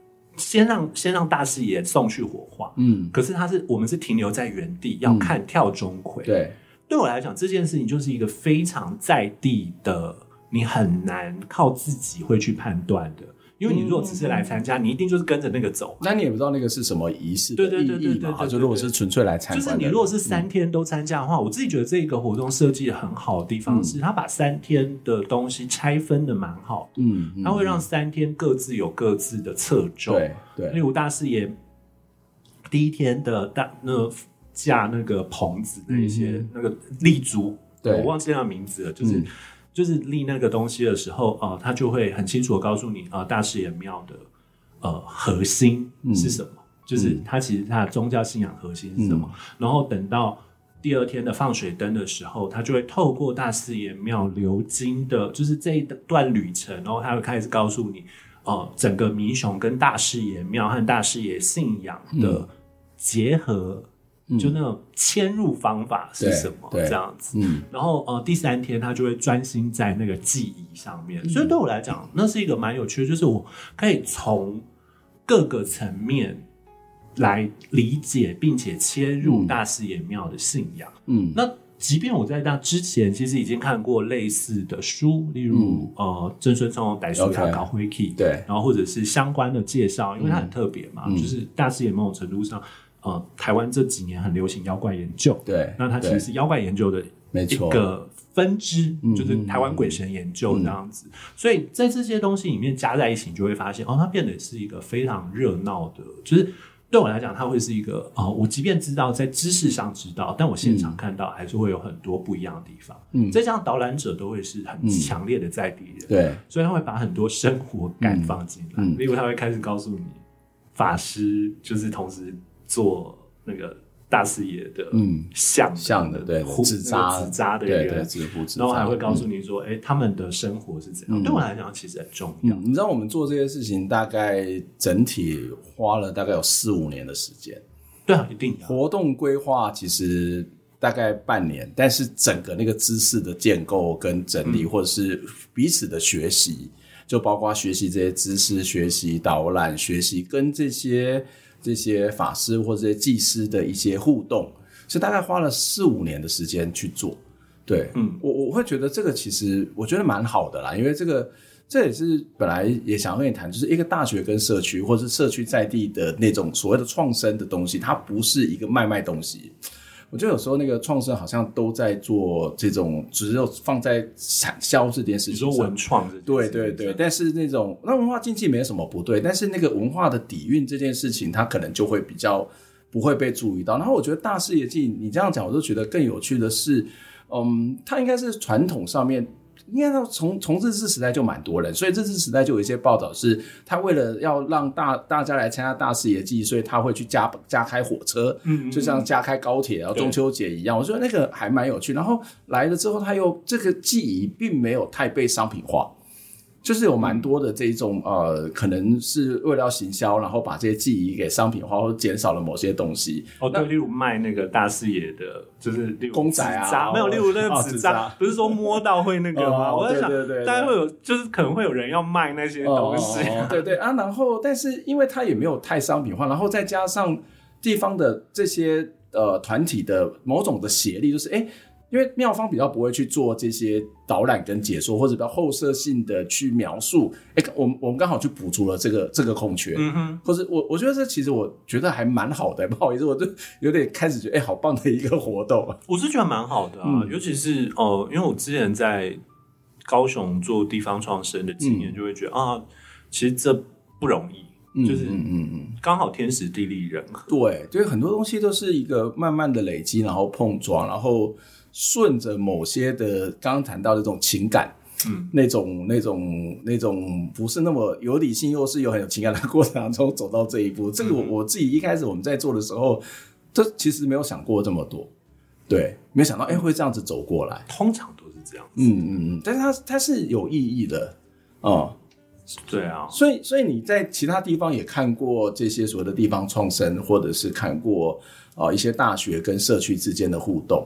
先让大师爷送去火化，可是我们是停留在原地要看跳钟馗，对我来讲这件事情就是一个非常在地的，你很难靠自己会去判断的。因为你如果只是来参加，你一定就是跟着那个走， 那你也不知道那个是什么仪式的意义嘛？就如果是纯粹来参观的， 就是你如果是3天都参加的话，我自己觉得这个活动设计的很好的地方是，他把3天的东西拆分的蛮好的，他会让3天各自有各自的侧重，对，例如大师爷第一天的架那个棚子的一些那个立足，我忘记那个名字了，就是立那个东西的时候，他就会很清楚的告诉你，大师爷庙的核心是什么，就是他其实他的宗教信仰核心是什么。然后等到第2天的放水灯的时候，他就会透过大师爷庙流经的，就是这一段旅程，然后他会开始告诉你，整个民雄跟大师爷庙和大师爷信仰的结合。就那种嵌入方法是什么这样子，然后第3天他就会专心在那个记忆上面，所以对我来讲那是一个蛮有趣的，就是我可以从各个层面来理解并且切入大师爷庙的信仰。那即便我在那之前其实已经看过类似的书，例如曾孙聪歹书他搞灰 key， 对，然后或者是相关的介绍，因为它很特别嘛，就是大师爷某种程度上台湾这几年很流行妖怪研究，对，那它其实是妖怪研究的一个分支，就是台湾鬼神研究这样子，所以在这些东西里面加在一起，你就会发现它变得是一个非常热闹的，就是对我来讲它会是一个我即便知道在知识上知道，但我现场看到还是会有很多不一样的地方，再加上导览者都会是很强烈的在地人，对，所以他会把很多生活感放进来，例如他会开始告诉你法师就是同时做那个大师爷的像的对纸扎的一个纸糊，然后还会告诉你说他们的生活是怎样，对我来讲其实很重要。 你知道我们做这些事情大概整体花了大概有4-5年的时间， 对啊，一定活动规划其实大概半年，但是整个那个知识的建构跟整理，或者是彼此的学习，就包括学习这些知识，学习导览，学习跟这些法师或者这些祭司的一些互动，是大概花了4-5年的时间去做。对，我会觉得这个其实我觉得蛮好的啦，因为这也是本来也想跟你谈，就是一个大学跟社区，或是社区在地的那种所谓的创生的东西，它不是一个卖东西。我觉得有时候那个创生好像都在做这种，只有放在产销这件事情上。 你说文创这件事情， 对，但是那文化经济没有什么不对，但是那个文化的底蕴这件事情，它可能就会比较不会被注意到。然后我觉得大师爷祭，你这样讲，我就觉得更有趣的是，它应该是传统上面。应该说从日治时代就蛮多人，所以日治时代就有一些报道是他为了要让大家来参加大师爷祭，所以他会去加开火车，就像加开高铁，然后中秋节一样，我觉得那个还蛮有趣。然后来了之后，他又这个祭仪并没有太被商品化，就是有蛮多的这一种可能是为了要行销，然后把这些祭仪给商品化，或者减少了某些东西。 对，例如卖那个大师爷的，就是例如公仔啊， 没有，例如那个纸扎，不是说摸到会那个吗？我在想，大概会有，就是可能会有人要卖那些东西。 对啊，然后但是因为它也没有太商品化，然后再加上地方的这些团体的某种的协力，就是因为庙方比较不会去做这些导览跟解说，或者比较后设性的去描述，我们刚好去补足了这个空缺，或者我觉得这其实我觉得还蛮好的，不好意思，我就有点开始觉得好棒的一个活动。 我是觉得蛮好的啊，尤其是因为我之前在高雄做地方创生的经验，就会觉得其实这不容易。就是刚好天时地利人和， 对，就是很多东西都是一个慢慢的累积，然后碰撞，然后顺着某些的刚刚谈到的这种情感，那种不是那么有理性又是有很有情感的过程当中走到这一步。这个我自己一开始我们在做的时候，这其实没有想过这么多，对，没想到会这样子走过来， 通常都是这样子， 但是它是有意义的， 对啊， 所以你在其他地方也看过这些所谓的地方创生，或者是看过一些大学跟社区之间的互动。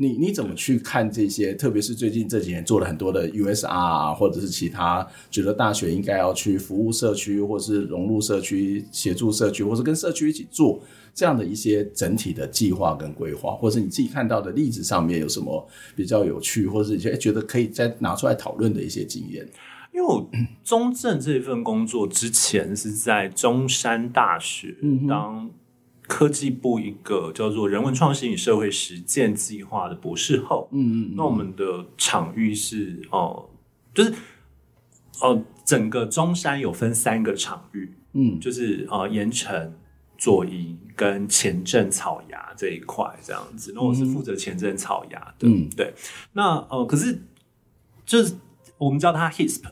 你怎么去看这些？特别是最近这几年做了很多的 USR 啊，或者是其他觉得大学应该要去服务社区，或是融入社区、协助社区，或是跟社区一起做这样的一些整体的计划跟规划，或是你自己看到的例子上面有什么比较有趣，或是觉得可以再拿出来讨论的一些经验？ 因为我中正这份工作之前是在中山大学当科技部一个叫做人文创新与社会实践计划的博士后。那我们的场域是就是整个中山有分3个场域，就是盐埕、左营跟前镇草芽这一块这样子。那我是负责前镇草芽的，对。那可是就是我们叫它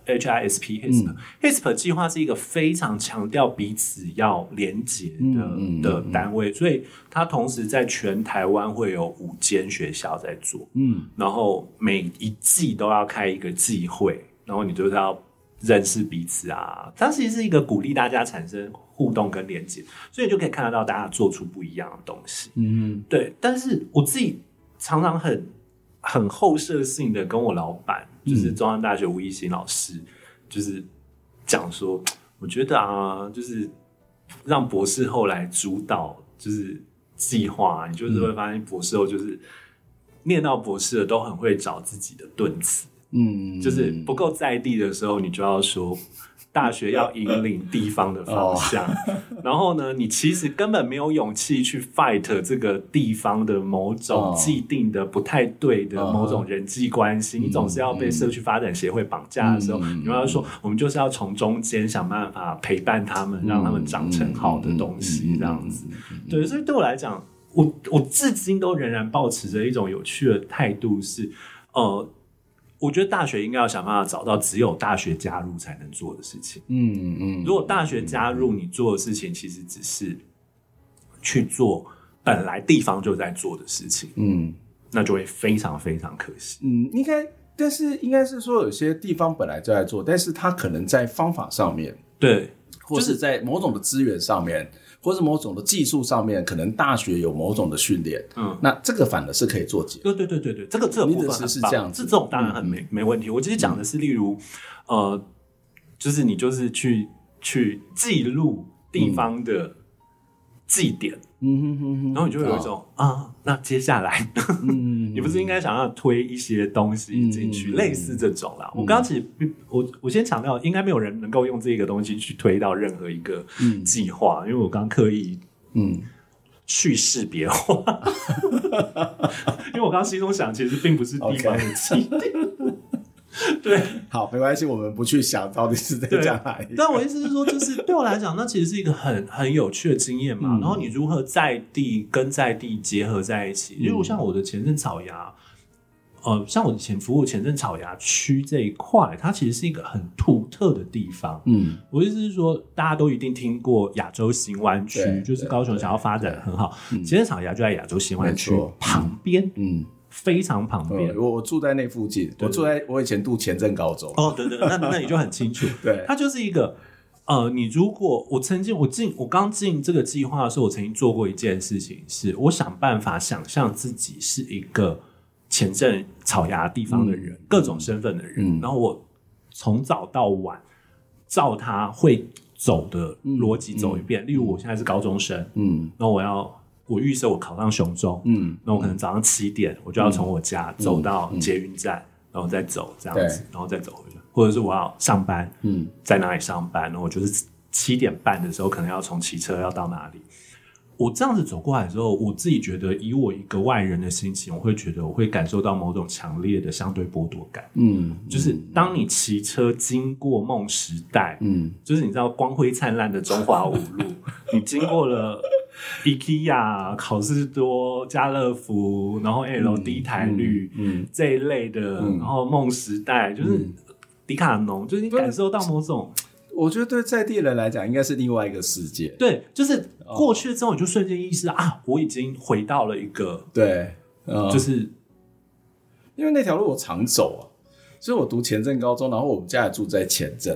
HISP 计划是一个非常强调彼此要连结的单位，所以它同时在全台湾会有5间学校在做，然后每一季都要开一个季会，然后你就是要认识彼此啊，它其实是一个鼓励大家产生互动跟连结，所以你就可以看得到大家做出不一样的东西，对。但是我自己常常很后设性的跟我老板，就是中央大学吴一新老师，就是讲说，我觉得啊，就是让博士后来主导就是计划，你就是会发现博士后就是念到博士的都很会找自己的顿词，就是不够在地的时候，你就要说大学要引领地方的方向，然后呢，你其实根本没有勇气去 fight 这个地方的某种既定的不太对的某种人际关系，你总是要被社区发展协会绑架的时候，你要说我们就是要从中间想办法陪伴他们，让他们长成好的东西，这样子。对，所以对我来讲，我至今都仍然抱持着一种有趣的态度是，我觉得大学应该要想办法找到只有大学加入才能做的事情。如果大学加入，你做的事情其实只是去做本来地方就在做的事情，那就会非常非常可惜。 但是应该是说有些地方本来就在做，但是它可能在方法上面， 对， 或是在某种的资源上面，或是某种的技术上面，可能大学有某种的训练，那这个反而是可以做解。 对，这个部分是这样子， 这种当然很没问题。我其实讲的是，例如，就是你就是去记录地方的祭典，然后你就会有一种那接下来，你不是应该想要推一些东西进去，类似这种啦。我刚刚其实我先强调，应该没有人能够用这个东西去推到任何一个计划，因为我刚刻意去识别化，因为我刚刚心中想，其实并不是地方的祭典。对， 好，没关系，我们不去想到底是在讲哪里。 但我意思是说，就是对我来讲，那其实是一个很有趣的经验嘛。然后你如何在地跟在地结合在一起？例如像我的前镇草芽，像我以前服务前镇草芽区这一块，它其实是一个很独特的地方。我意思是说，大家都一定听过亚洲新湾区，就是高雄想要发展很好，前镇草芽就在亚洲新湾区旁边。非常旁边， 我住在那附近，我以前读前镇高中。 对，那你就很清楚。 对， 它就是一个你如果我刚进这个计划的时候，我曾经做过一件事情，是我想办法想象自己是一个前镇草芽地方的人，各种身份的人，然后我从早到晚照他会走的逻辑走一遍。例如我现在是高中生，然后我预设我考上雄中，那我可能早上7点我就要从我家走到捷运站，然后再走这样子，然后再走回来，或者是我要上班，在哪里上班，然后我就是7点半的时候可能要从骑车要到哪里。我这样子走过来的时候，我自己觉得以我一个外人的心情，我会觉得我会感受到某种强烈的相对剥夺感。就是当你骑车经过梦时代，就是你知道光辉灿烂的中华五路，你经过了 IKEA、考士多、家乐福，然后 LD 台绿这一类的，然后梦时代就是迪卡侬，就是你感受到某种。 我觉得对在地人来讲应该是另外一个世界。 对，就是过去之后你就瞬间意识到我已经回到了一个对， 就是因为那条路我常走所以我读前镇高中，然后我们家也住在前镇，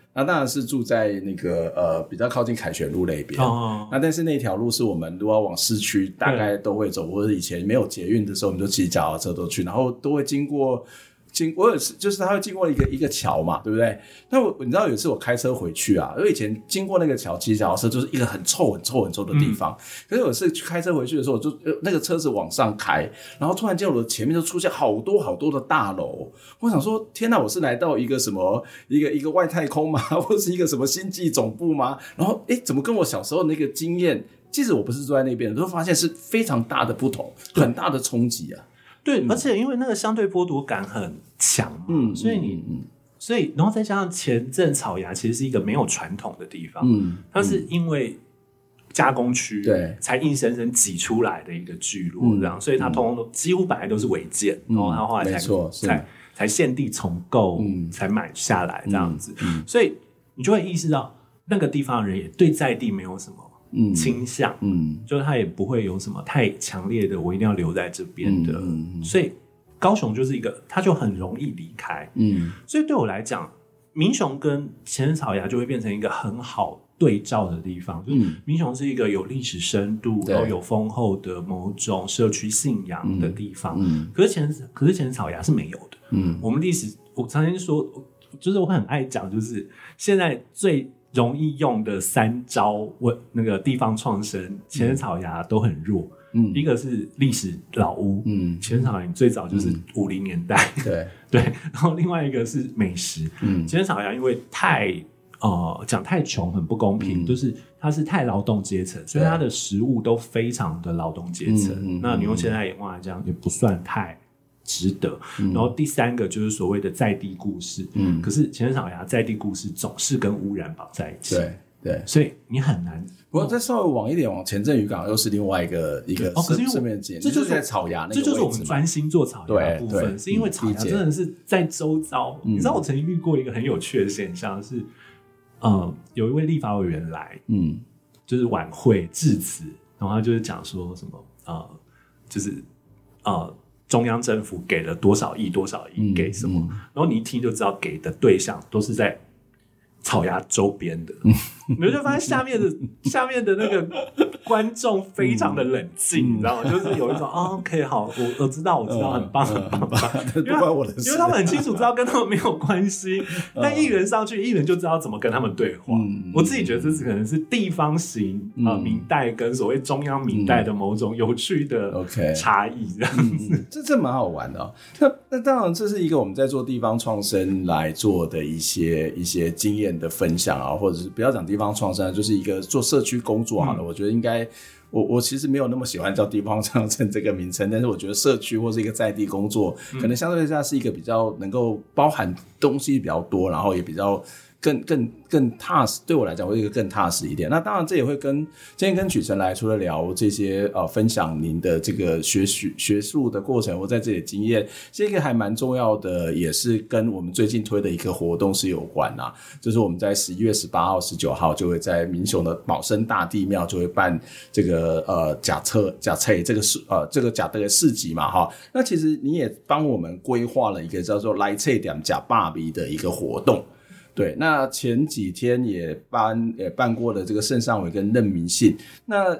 那当然是住在那个比较靠近凯旋路那边。那但是那条路是我们如果要往市区，大概都会走，或者以前没有捷运的时候，我们就骑脚踏车都去，然后都会经过。我有次就是它会经过一个桥嘛，对不对？那你知道有一次我开车回去啊，因为以前经过那个桥骑脚踏车就是一个很臭的地方，可是有一次开车回去的时候，我就那个车子往上开，然后突然间我的前面就出现好多的大楼，我想说天哪，我是来到一个什么一个外太空吗？或是一个什么星际总部吗？然后怎么跟我小时候那个经验，即使我不是住在那边，都发现是非常大的不同，很大的冲击啊。 对，而且因为那个相对剥夺感很强嘛，所以然后再加上前镇草衙其实是一个没有传统的地方，它是因为加工区才硬生生挤出来的一个聚落，这样，所以它通通都几乎本来都是违建，然后它后来才现地重构，才买下来这样子，所以你就会意识到那个地方的人也对在地没有什么倾向，就是他也不会有什么太强烈的我一定要留在这边的，所以高雄就是一个他就很容易离开，所以对我来讲，民雄跟前镇草衙就会变成一个很好对照的地方，就是民雄是一个有历史深度，然后有丰厚的某种社区信仰的地方，可是前镇草衙是没有的，我们历史我常常说，就是我很爱讲，就是现在最容易用的3招，那个地方创生，前镇草衙都很弱。一个是历史老屋，前镇草衙最早就是50年代，对，然后另外一个是美食，前镇草衙因为讲太穷很不公平，就是它是太劳动阶层，所以它的食物都非常的劳动阶层，那你用现在眼光来讲也不算太值得，然后第3个就是所谓的在地故事，可是前镇草衙在地故事总是跟污染绑在一起，对，所以你很难。 不过再稍微往一点，往前镇渔港又是另外一个正面景，这就是在草衙那个位置， 这就是我们专心做草衙的部分，是因为草衙真的是在周遭。你知道我曾经遇过一个很有趣的现象是，有一位立法委员来，就是晚会致辞，然后他就是讲说什么就是中央政府给了多少亿给什么，然后你一听就知道给的对象都是在草衙周边的，你就发现下面的那个观众非常的冷静，你知道吗？就是有一种OK 好，我知道，很棒，不关我的事， 因为他们很清楚知道跟他们没有关系，但议员上去，议员就知道怎么跟他们对话。我自己觉得这是可能是地方型民代跟所谓中央民代的某种有趣的差异，这样子， 这蛮好玩的哦。那当然，这是一个我们在做地方创生来做的一些经验的分享啊，或者是不要讲地方创生，就是一个做社区工作好了。我觉得应该，我其实没有那么喜欢叫地方创生这个名称，但是我觉得社区或是一个在地工作，可能相对下是一个比较能够包含东西比较多，然后也比较更踏实，对我来讲会一个更踏实一点。那当然这也会今天跟曲晨来除了聊这些分享您的这个学术的过程或在这里的经验，这个还蛮重要的，也是跟我们最近推的一个活动是有关啊，就是我们在11月18号19号就会在民雄的保生大帝庙就会办这个假册这个假的市集嘛哈。那其实你也帮我们规划了一个叫做来册点假爸比的一个活动。对，那前几天也办过了这个圣上伟跟任明信。那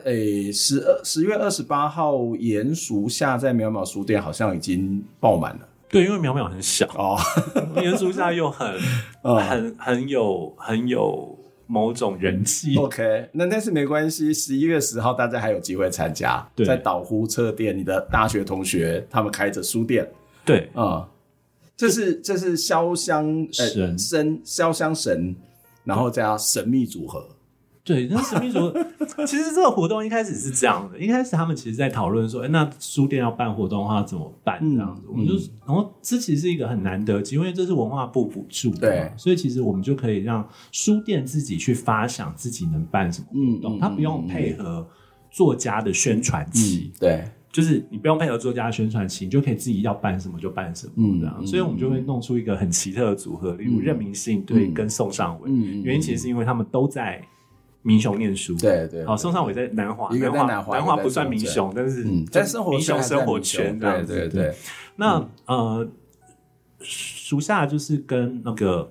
10月28号盐酥下在淼淼书店好像已经爆满了。 对，因为淼淼很小盐酥下又很有某种人气。 OK， 但是没关系，11月10号大家还有机会参加，在岛湖车店，你的大学同学他们开着书店。 对， 这是潇湘神，然后加神秘组合。 对，那神秘组合其实这个活动一开始是这样的，一开始他们其实在讨论说，那书店要办活动的话怎么办？这样子，我们就然后这其实是一个很难得，因为这是文化部补助的嘛，所以其实我们就可以让书店自己去发想自己能办什么活动，他不用配合作家的宣传期。 对。 就是你不用配合作家的宣传期，你就可以自己要办什么就办什么这样，所以我们就会弄出一个很奇特的组合，例如任明信对跟宋尚伟，原因其实是因为他们都在民雄念书， 对， 宋尚伟在南华， 一个在南华不算民雄，但是在民雄生活圈这样子，对。那属下就是跟那个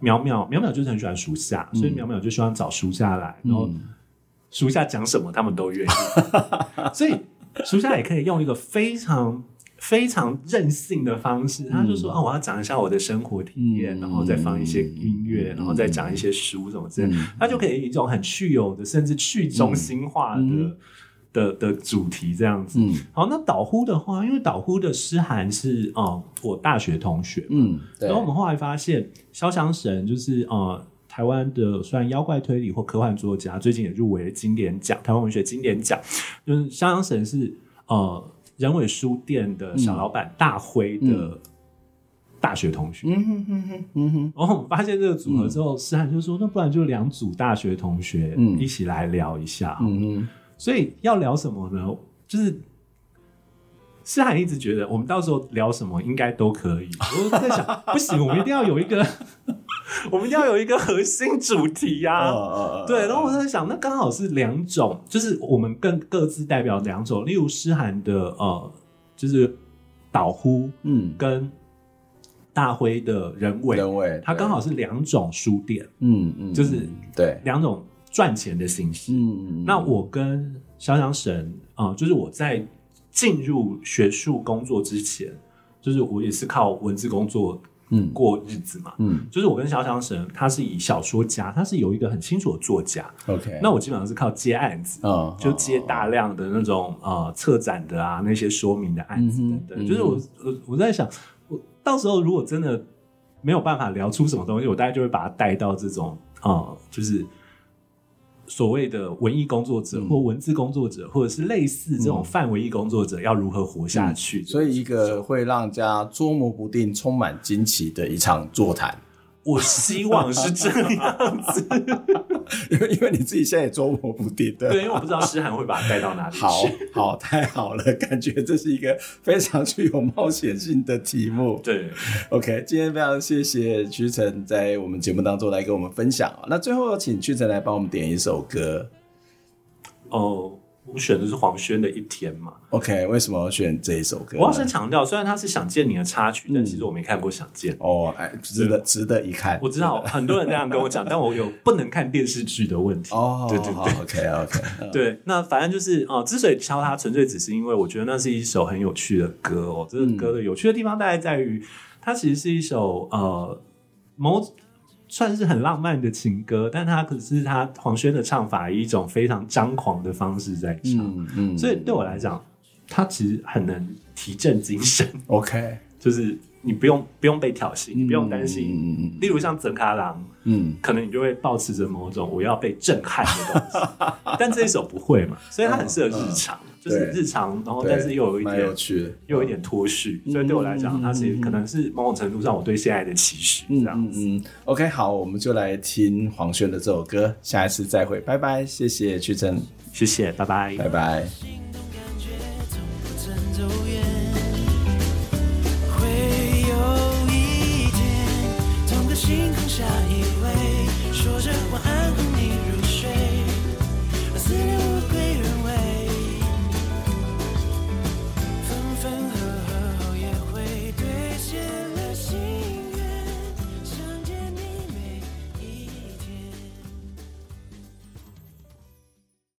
淼淼就是很喜欢属下，所以淼淼就希望找属下来，然后属下讲什么他们都愿意，所以属下也可以用一个非常非常任性的方式，他就说我要讲一下我的生活体验，然后再放一些音乐，然后再讲一些书什么之类，他就可以以一种很去有的甚至去中心化的主题这样子。好，那岛呼的话，因为岛呼的诗涵是我大学同学嘛，然后我们后来发现潇湘神就是台湾的虽然妖怪推理或科幻作家，最近也入围了经典奖，台湾文学经典奖，就是潇湘神是人尾书店的小老板大辉的大学同学。然后我们发现这个组合之后，诗涵就说那不然就2组大学同学一起来聊一下好了。所以要聊什么呢？就是诗涵一直觉得我们到时候聊什么应该都可以，我在想不行，我们一定要有一个我们一定要有一个核心主题啊。对，然后我在想那刚好是2种，就是我们各自代表2种，例如诗涵的就是岛呼跟大辉的人尾，它刚好是2种书店，就是对2种赚钱的形式。那我跟潇湘神就是我在进入学术工作之前，就是我也是靠文字工作过日子嘛。就是我跟潇湘神，他是以小说家，他是有一个很清楚的作家。OK， 那我基本上是靠接案子，就接大量的那种策展的啊，那些说明的案子等等。就是我在想，我到时候如果真的没有办法聊出什么东西，我大概就会把它带到这种就是所谓的文艺工作者或文字工作者，或者是类似这种泛文艺工作者要如何活下去。 所以一个会让人家捉摸不定、充满惊奇的一场座谈。 我希望是这样子因为你自己现在也捉摸不定的。 对，因为我不知道诗涵会把它带到哪里去。 好，太好了，感觉这是一个非常具有冒险性的题目。 对 OK， 今天非常谢谢屈臣在我们节目当中来跟我们分享。那最后请屈臣来帮我们点一首歌。 我选的是黄轩的《一天》嘛。 OK， 为什么要选这一首歌？ 我要先强调，虽然它是《想见你》的插曲，但其实我没看过《想见》。 值得一看。 我知道很多人这样跟我讲，但我有不能看电视剧的问题。对对对 ，OK， 对，那反正就是之所以挑它，纯粹只是因为我觉得那是一首很有趣的歌这个歌的有趣的地方大概在于，它其实是一首算是很浪漫的情歌，但可是他黄轩的唱法以一种非常张狂的方式在唱，所以对我来讲，他其实很能提振精神。OK， 就是你不用被挑衅，你不用担心。例如像曾卡郎，可能你就会抱持着某种我要被震撼的东西，但这一首不会嘛，所以它很适合日常。就是日常，然后但是又有一点有趣的，又有一点脱序，所以对我来讲，它其实可能是某种程度上我对现在的期许这样子。 OK， 好，我们就来听黄轩的这首歌，下一次再会，拜拜，谢谢屈臣， 谢谢，拜拜， 拜拜。